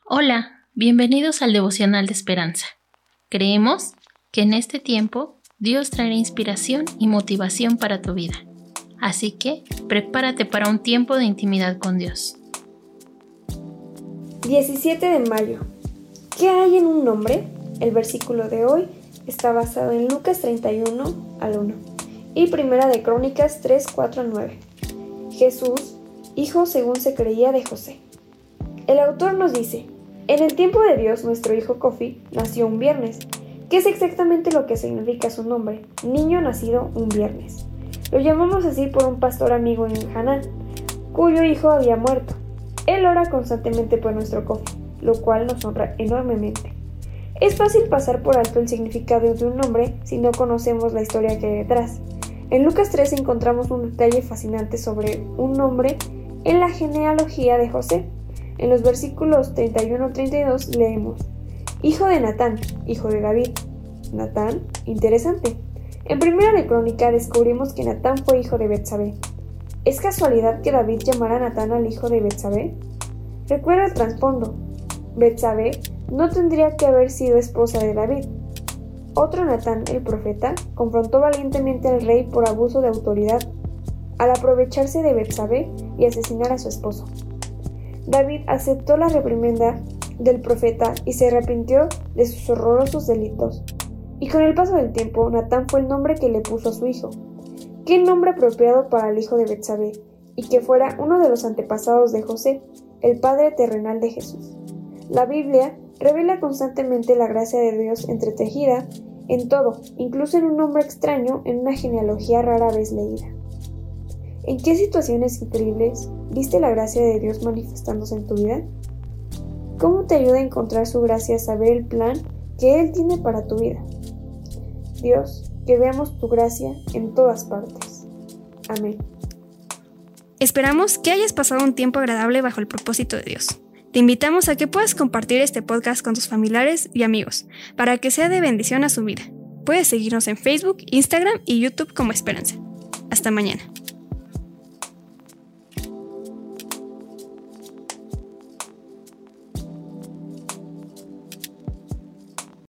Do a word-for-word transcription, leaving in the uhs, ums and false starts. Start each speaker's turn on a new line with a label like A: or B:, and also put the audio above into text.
A: Hola, bienvenidos al Devocional de Esperanza. Creemos que en este tiempo Dios traerá inspiración y motivación para tu vida. Así que prepárate para un tiempo de intimidad con Dios.
B: diecisiete de mayo. ¿Qué hay en un nombre? El versículo de hoy está basado en Lucas treinta y uno al uno y Primera de Crónicas tres, cuatro al nueve. Jesús, hijo según se creía de José. El autor nos dice: en el tiempo de Dios, nuestro hijo Kofi nació un viernes, que es exactamente lo que significa su nombre, niño nacido un viernes. Lo llamamos así por un pastor amigo en Haná, cuyo hijo había muerto. Él ora constantemente por nuestro Kofi, lo cual nos honra enormemente. Es fácil pasar por alto el significado de un nombre si no conocemos la historia que hay detrás. En Lucas tres encontramos un detalle fascinante sobre un nombre en la genealogía de José. En los versículos treinta y uno a treinta y dos leemos: hijo de Natán, hijo de David. Natán, interesante. En Primera de Crónica descubrimos que Natán fue hijo de Betsabé. ¿Es casualidad que David llamara a Natán al hijo de Betsabé? Recuerda el trasfondo. Betsabé no tendría que haber sido esposa de David. Otro Natán, el profeta, confrontó valientemente al rey por abuso de autoridad, al aprovecharse de Betsabé y asesinar a su esposo. David aceptó la reprimenda del profeta y se arrepintió de sus horrorosos delitos. Y con el paso del tiempo, Natán fue el nombre que le puso a su hijo. ¿Qué nombre apropiado para el hijo de Betsabé? Y que fuera uno de los antepasados de José, el padre terrenal de Jesús. La Biblia revela constantemente la gracia de Dios entretejida en todo, incluso en un nombre extraño en una genealogía rara vez leída. ¿En qué situaciones increíbles viste la gracia de Dios manifestándose en tu vida? ¿Cómo te ayuda a encontrar su gracia saber el plan que Él tiene para tu vida? Dios, que veamos tu gracia en todas partes. Amén.
C: Esperamos que hayas pasado un tiempo agradable bajo el propósito de Dios. Te invitamos a que puedas compartir este podcast con tus familiares y amigos para que sea de bendición a su vida. Puedes seguirnos en Facebook, Instagram y YouTube como Esperanza. Hasta mañana.